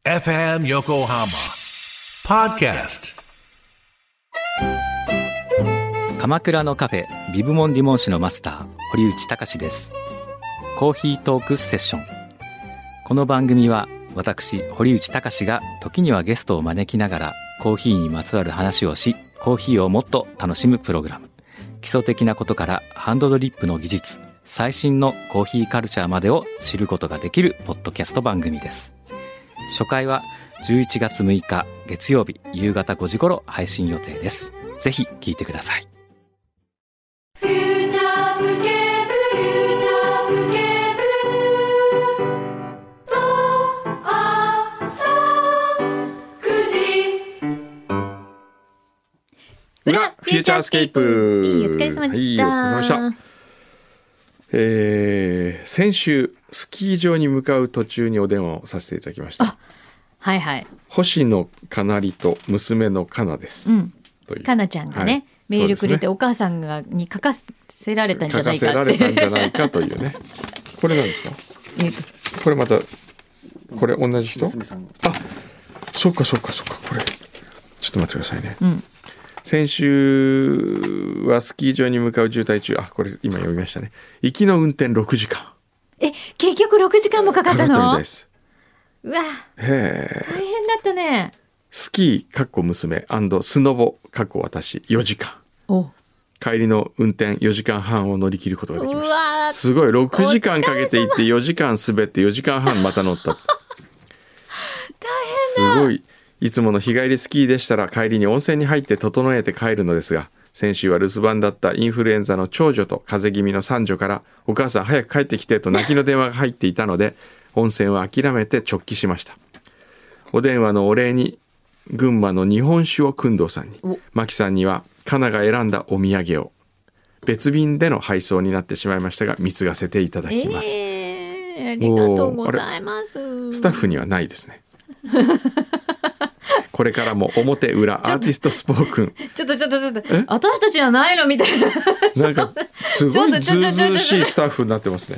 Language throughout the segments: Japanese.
FM Yokohama Podcast。 鎌倉のカフェビブモンディモン市のマスター堀内隆です。コーヒートークセッション。この番組は私堀内隆が時にはゲストを招きながらコーヒーにまつわる話をし、コーヒーをもっと楽しむプログラム。基礎的なことからハンドドリップの技術、最新のコーヒーカルチャーまでを知ることができるポッドキャスト番組です。初回は11月6日月曜日夕方5時頃配信予定です。ぜひ聞いてください。 フューチャースケープ、フューチャースケープと朝9時裏フューチャースケープ。 お疲れ様でした。 はい、お疲れ様でした。先週スキー場に向かう途中にお電話をさせていただきました。 はいはい。 星野かなりと娘のかなです、というかなちゃんがね、はい、メールくれて、お母さんに書かせられたんじゃないかって。 書かせられたんじゃないかというね。これなんですか？これまたこれ同じ人？あ、そっかこれちょっと待ってくださいね。先週はスキー場に向かう渋滞中、これ今読みましたね。行きの運転6時間。 結局6時間もかかったの？ かかったみたいです。 うわ、大変だったね。 スキー娘スノボ私4時間。帰りの運転4時間半を乗り切ることができました。すごい、6時間かけて行って4時間滑って4時間半また乗った。大変だ。すごい。いつもの日帰りスキーでしたら帰りに温泉に入って整えて帰るのですが、先週は留守番だったインフルエンザの長女と風邪気味の三女からお母さん早く帰ってきてと泣きの電話が入っていたので、温泉は諦めて直帰しました。お電話のお礼に群馬の日本酒を工藤さんに、マキさんにはカナが選んだお土産を別便での配送になってしまいましたが貢がせていただきます。 ありがとうございます。 スタッフにはないですね。これからも表裏アーティストスポークン。ちょっと私たちはないのみたいな。 なんかすごいずうずうしいスタッフになってますね。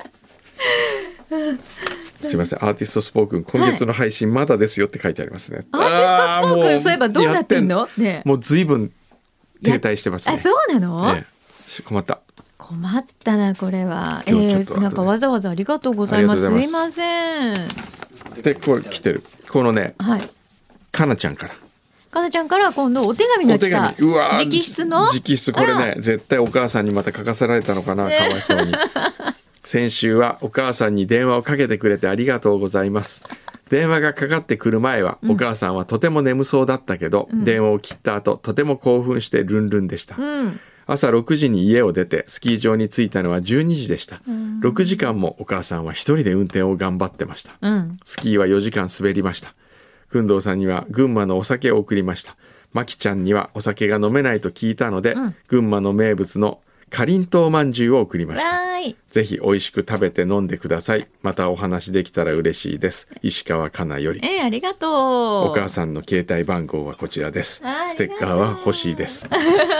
すいません、アーティストスポークン今月の配信まだですよって書いてありますね。 アーティストスポークンそういえばどうなってんの？ もう随分停滞してますね。 そうなの？ 困ったなこれは。なんかわざわざありがとうございます。すいません。 でこれ来てるこのね、かなちゃんから今度お手紙が来た。 うわ、 直筆これね、絶対お母さんにまた書かせられたのかな、かわいそうに。先週はお母さんに電話をかけてくれてありがとうございます。電話がかかってくる前は、お母さんはとても眠そうだったけど、電話を切った後とても興奮してルンルンでした。朝6時に家を出てスキー場に着いたのは12時でした。6時間もお母さんは一人で運転を頑張ってました。スキーは4時間滑りました。工藤さんには群馬のお酒を送りました。まきちゃんにはお酒が飲めないと聞いたので、群馬の名物のかりんとうまんじゅうを送りました。ぜひ美味しく食べて飲んでください。またお話できたら嬉しいです。石川かなより。 ありがとう。 お母さんの携帯番号はこちらです。ステッカーは欲しいです。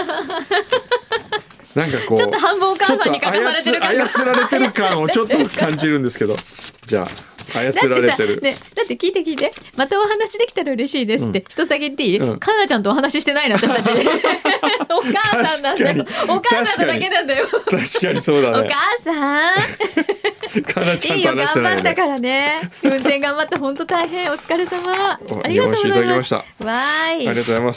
なんかこうちょっと半分お母さんに書かされてる感操られてる感をちょっと感じるんですけど、じゃあ操られてる。 だって聞いてまたお話できたら嬉しいですって、一つだけ言っていい？かなちゃんとお話ししてないの私たち。お母さんなんだよ。お母さんだけなんだよ。 確かにそうだね。 お母さんかなちゃんと話してないよね。 頑張ったからね。運転頑張って本当大変お疲れ様。ありがとうございます。 わーい。ありがとうございます。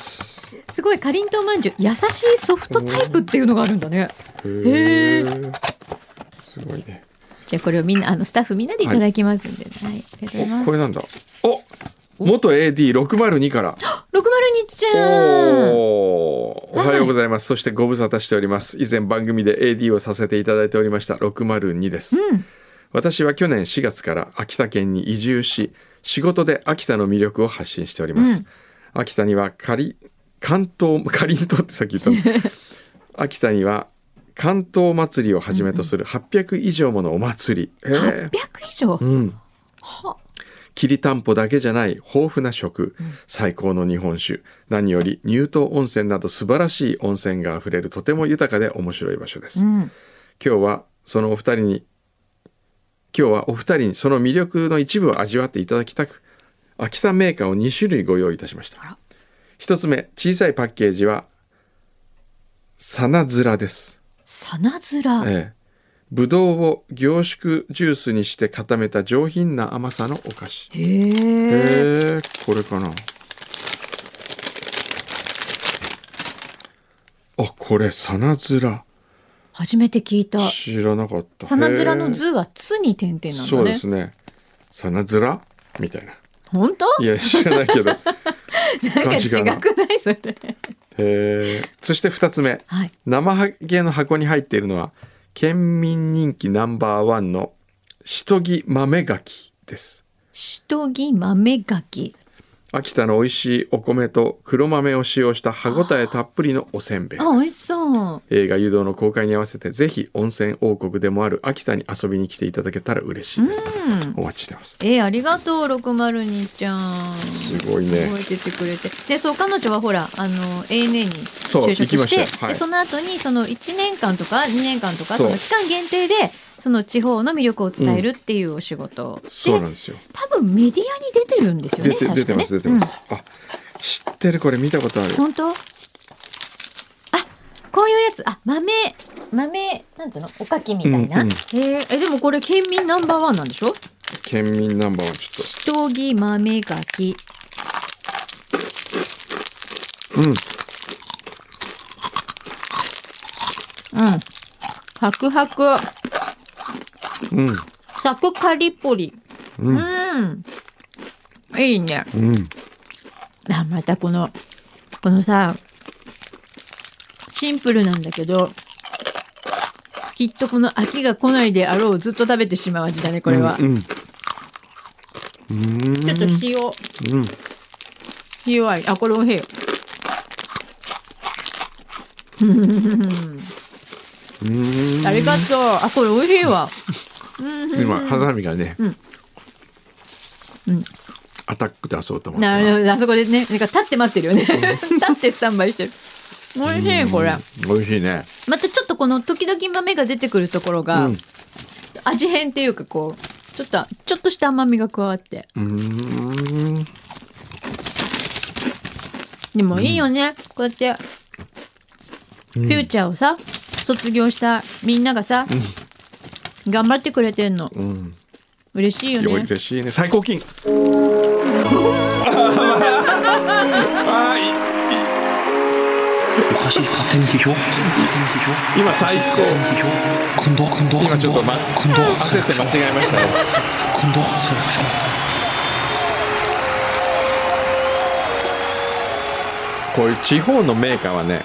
すごいかりんとうまんじゅう優しいソフトタイプっていうのがあるんだね。へー。 すごいね。 じゃあこれをみんなスタッフみんなでいただきますんで、ありがとうございます。 これなんだ。元 AD602 から。 602ちゃん。 おはようございます。そしてご無沙汰しております。以前番組で AD をさせていただいておりました602です。私は去年4月から秋田県に移住し、仕事で秋田の魅力を発信しております。秋田にはかりんとうってさっき言ったの。秋田には関東祭りをはじめとする800以上ものお祭り。 800以上？ きりたんぽだけじゃない豊富な食、最高の日本酒、何より乳頭温泉など素晴らしい温泉があふれるとても豊かで面白い場所です。今日はお二人にその魅力の一部を味わっていただきたく秋田メーカーを2種類ご用意いたしました。 あら 1つ目、小さいパッケージはさなずらです。 さなずら、 ぶどうを凝縮ジュースにして固めた上品な甘さのお菓子。 へえ。 これかな。あ、これさなずら初めて聞いた。 知らなかった。 さなずらの図はつに点々なんだね。 そうですね。さなずらみたいな。 本当？ いや知らないけどなんか違くないそれ。 そして2つ目、 はい、 生ハゲの箱に入っているのは県民人気ナンバーワンのしとぎ豆柿です。 しとぎ豆柿。 秋田の美味しいお米と黒豆を使用した歯ごたえたっぷりのおせんべいです。 あ、美味しそう。 映画湯道の公開に合わせてぜひ温泉王国でもある秋田に遊びに来ていただけたら嬉しいです、お待ちしてます。 ありがとう602ちゃん。 すごいね。 覚えててくれて。で、そう彼女はほらANA にそう就職して、 はい、 でその後にその1年間とか2年間とかその期間限定でその地方の魅力を伝えるっていうお仕事、 そうなんですよ。 多分メディアに出てるんですよね。 出てます出てます、あ、知ってる、これ見たことある。 本当？あ、こういうやつ、豆なんつうの、おかきみたいな、でもこれ県民ナンバーワンなんでしょ。 県民ナンバーワン。ちょっとしとぎ豆かき。ハクハク、サクカリポリ、いいね。またこのさ、シンプルなんだけどきっとこの飽きが来ないであろうずっと食べてしまう味だねこれは。ちょっと塩味、これおいしい。ありがとう。これおいしいわ。 今ハサミがね、アタック出そうと思ってなるほど、あそこでね、なんか立って待ってるよね。立ってスタンバイしてる。おいしいこれ。 おいしいね。 またちょっとこの時々豆が出てくるところが、味変っていうかこうちょっとした甘みが加わって。でもいいよね、こうやってフューチャーをさ卒業したみんながさ、頑張ってくれてんの、嬉しいよね。 嬉しいね。最高金。 おかしい、勝手に批評。 今最高。今ちょっと焦って間違えましたよ。こういう地方のメーカーはね、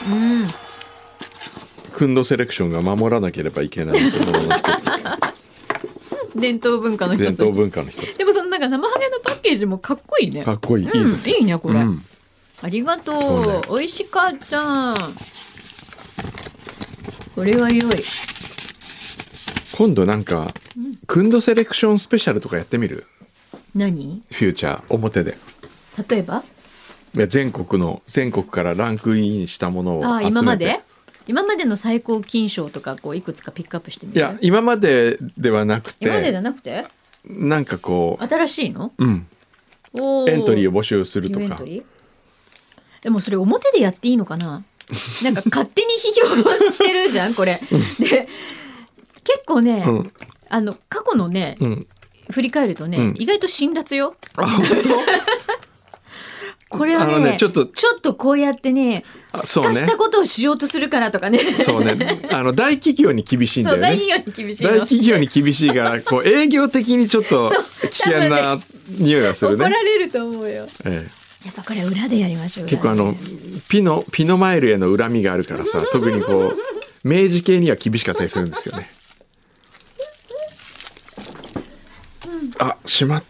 クンドセレクションが守らなければいけないものの一つ。 伝統文化の一つ。でもそのなんか生ハゲのパッケージもかっこいいね。 かっこいい。いいですよ。 いいねこれ。ありがとう。美味しかった。これは良い。 今度なんか、クンドセレクションスペシャルとかやってみる？ 何？ フューチャー表で。 例えば？ いや全国からランクインしたものを集めて。 今までの最高金賞とかこういくつかピックアップしてみる？ いや今までではなくて。 今までじゃなくて？ なんかこう新しいの？ エントリーを募集するとか。 でもそれ表でやっていいのかな。なんか勝手に批評してるじゃんこれ。で結構ね、過去のね、振り返るとね、意外と辛辣よ。これはねちょっとこうやってねすかしたことをしようとするからとかね。 そうね。大企業に厳しいんだよね。 大企業に厳しいからこう営業的にちょっと危険な匂いがするね。 怒られると思うよ。やっぱこれ裏でやりましょう。 結構ピノマイルへの恨みがあるからさ、特にこう明治系には厳しかったりするんですよね。しまった。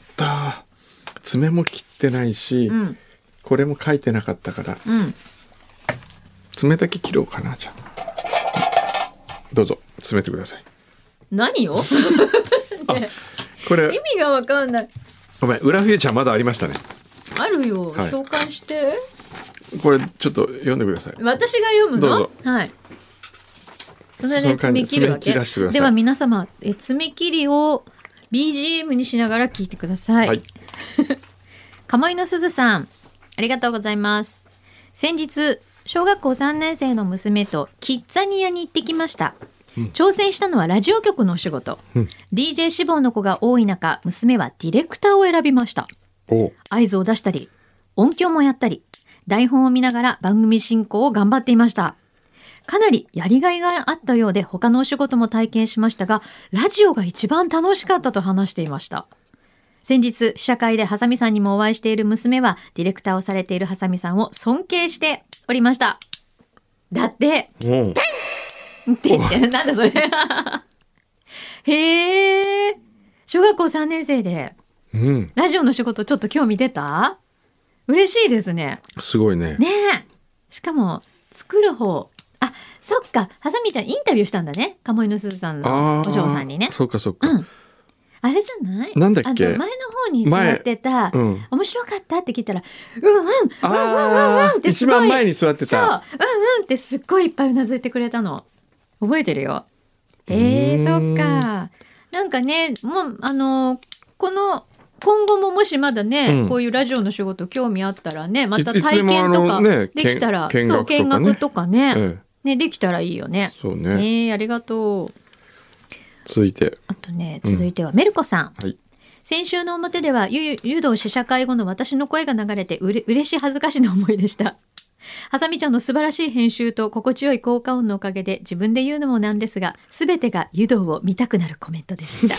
爪も切ってないし、これも書いてなかったから、爪だけ切ろうかな。じゃあどうぞ詰めてください。 何を？ これ意味がわかんない。 ごめん、裏フューチャーまだありましたね。 あるよ、紹介して。 これちょっと読んでください。 私が読むの？ どうぞ。 はい。それで爪切るわけ。では皆様、爪切りを BGM にしながら聞いてください。 鴨居のすずさん、ありがとうございます。先日小学校3年生の娘とキッザニアに行ってきました。挑戦したのはラジオ局のお仕事、DJ 志望の子が多い中、娘はディレクターを選びました。合図を出したり音響もやったり、台本を見ながら番組進行を頑張っていました。かなりやりがいがあったようで、他のお仕事も体験しましたが、ラジオが一番楽しかったと話していました。先日試写会でハサミさんにもお会いしている娘は、ディレクターをされているハサミさんを尊敬しておりました。だってって言って、なんだそれへえ、小学校3年生で、ラジオの仕事ちょっと興味出た？嬉しいですね。 すごいね。 ねえ、しかも作る方、あ、そっか、ハサミちゃんインタビューしたんだね、鴨居のすずさんのお嬢さんにね。 そっかそっか、 あれじゃない？ なんだっけ？ 前の方に座ってた、面白かったって聞いたら、って一番前に座ってた。 そう、ってすっごいいっぱいうなずいてくれたの。覚えてるよ。そっか。なんかね、もうこの今後ももしまだね、こういうラジオの仕事興味あったらね、また体験とかできたら、そう、見学とかね、できたらいいよね。 そうね。 ありがとう。 続いて。 あとね、続いてはメルコさん。先週の表では湯道試写会後の私の声が流れて嬉しい恥ずかしいな思いでした。ハサミちゃんの素晴らしい編集と心地よい効果音のおかげで、自分で言うのもなんですが、全てが湯道を見たくなるコメントでした。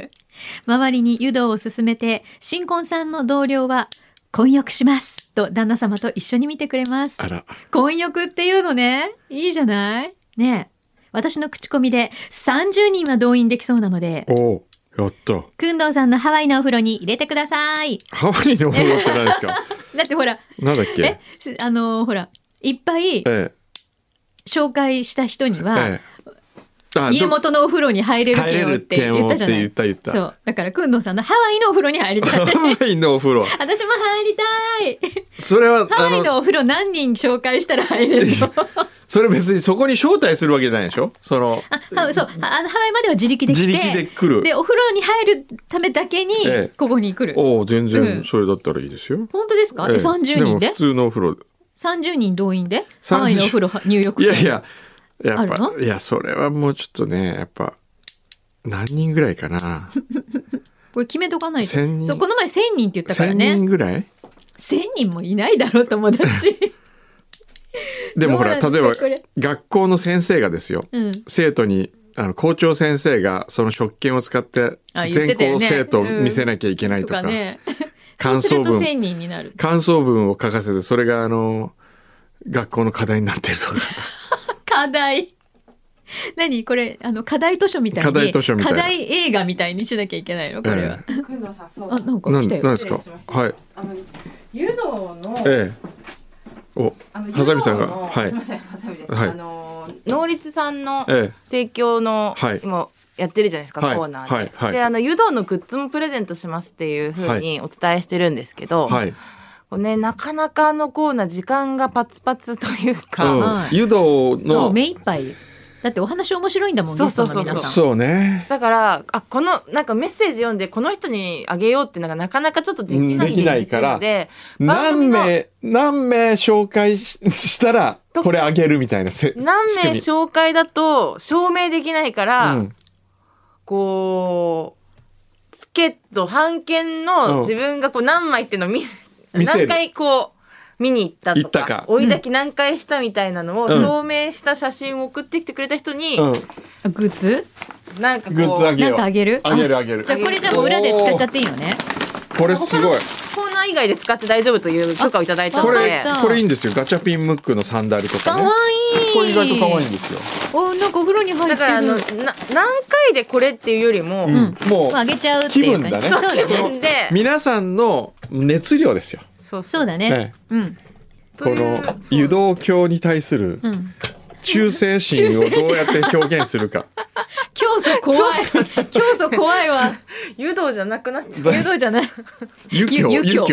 周りに湯道を勧めて、新婚さんの同僚は婚浴しますと旦那様と一緒に見てくれます。 あら、 婚浴っていうのね、いいじゃないね。私の口コミで30人は動員できそうなので、 やった。 くんどうさんのハワイのお風呂に入れてください。 ハワイのお風呂って何ですか？ だってほら、 なんだっけ？ ほら、いっぱい紹介した人には、家元のお風呂に入れるけよって言ったじゃない。 言った。 そう。だからくんどうさんのハワイのお風呂に入りたい。 ハワイのお風呂。 私も入りたい。 それはハワイのお風呂何人紹介したら入れるの？ それ別にそこに招待するわけじゃないでしょ？そう、ハワイまでは自力で来て、 自力で来る。 でお風呂に入るためだけにここに来る。 全然それだったらいいですよ。 本当ですか？30人で？ 普通のお風呂。 30人動員でハワイのお風呂入浴。 いやっぱいや、それはもうちょっとね、やっぱ何人ぐらいかな。 これ決めとかないと。 1000人。 そう、この前1000人って言ったからね。 1000人ぐらい ？1000人もいないだろう、友達。 でもほら、例えば学校の先生がですよ、生徒に校長先生がその職権を使って全校生徒を見せなきゃいけないとか、感想文を書かせて、それが学校の課題になってるとか。 課題。何これ課題図書みたいに課題映画みたいにしなきゃいけないのこれは。 くんどうさん、そう。 なんか来たよ。 何ですか？はい。 湯道の。 ハサミさんが、 すみません、ハサミです。能率さんの提供の今やってるじゃないですか、コーナーで。で湯道のグッズもプレゼントしますっていう風にお伝えしてるんですけど。ね、なかなかコーナー時間がパツパツというか、 湯道の目いっぱいだってお話面白いんだもんね。 そうね。 だからこのなんかメッセージ読んでこの人にあげようってなかなかちょっとできないから何名紹介したらこれあげるみたいな何名紹介だと証明できないから、こうチケット半券の自分がこう何枚っていうのを何回こう見に行ったとか追い焚き何回したみたいなのを証明した写真を送ってきてくれた人に、 グッズなんかこうなんかあげる。 あげる。 じゃあこれじゃあもう裏で使っちゃっていいのね。 これすごい。 コーナー以外で使って大丈夫という許可をいただいたので、 これいいんですよ。ガチャピンムックのサンダルとかね。 かわいい。 これ意外と可愛いんですよ。 なんかお風呂に入ってる。 だから何回でこれっていうよりも、 もうあげちゃうっていうか気分だね。 気分で皆さんの熱量ですよ。 そうだね。 この湯道教に対する忠誠心をどうやって表現するか。 教祖怖いわ。 湯道じゃなくなっちゃう。 湯道じゃない。 湯教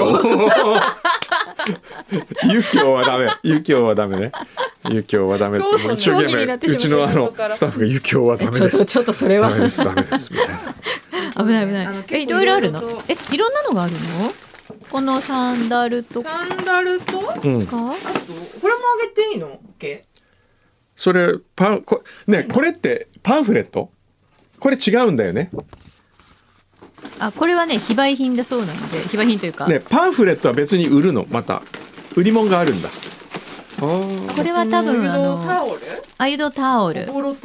はダメ。湯教はダメね。湯教はダメ。一生懸命うちのスタッフが湯教はダメです。 ちょっとそれはダメですみたいな。 危ない。いろいろあるの？いろんなのがあるの？ このサンダルとか、 サンダルと、あとこれもあげていいの？ それこれってパンフレット？これ違うんだよね。 これはね非売品だそうなので、非売品というか、 パンフレットは別に売るの、また売り物があるんだ。 これは多分アイドタオル。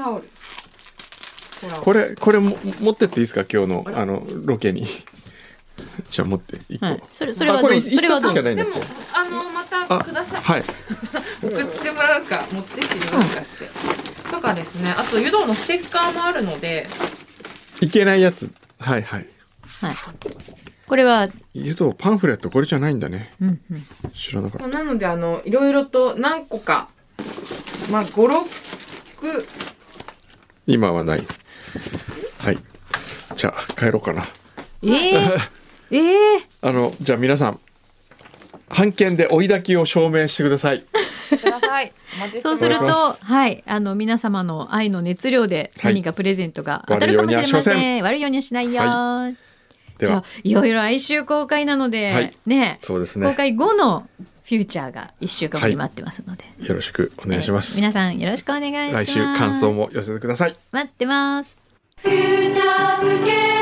これも持ってっていいですか、今日のロケに。じゃあ持って1個、 はい、それはどう？ 一冊しかないんだっけ？ でもまたください。はい。送ってもらうか持ってきてみますかして。とかですね。あと湯道のステッカーもあるので。 いけないやつ。はいはい。 はい。これは湯道パンフレット、これじゃないんだね。知らなかった。 なのでいろいろと何個か5、6 今はない。はい。じゃあ帰ろうかな。じゃあ皆さん版権で追い焚きを証明してください。 そうすると、はい、皆様の愛の熱量で何かプレゼントが当たるかもしれません。悪いようにはしないよ。はい、じゃあいよいよ来週公開なので、はい、ね、 そうですね。 公開後のフューチャーが1週間後に待ってますので、 よろしくお願いします。 皆さんよろしくお願いします。 来週感想も寄せてください。 待ってます。 フューチャースケープ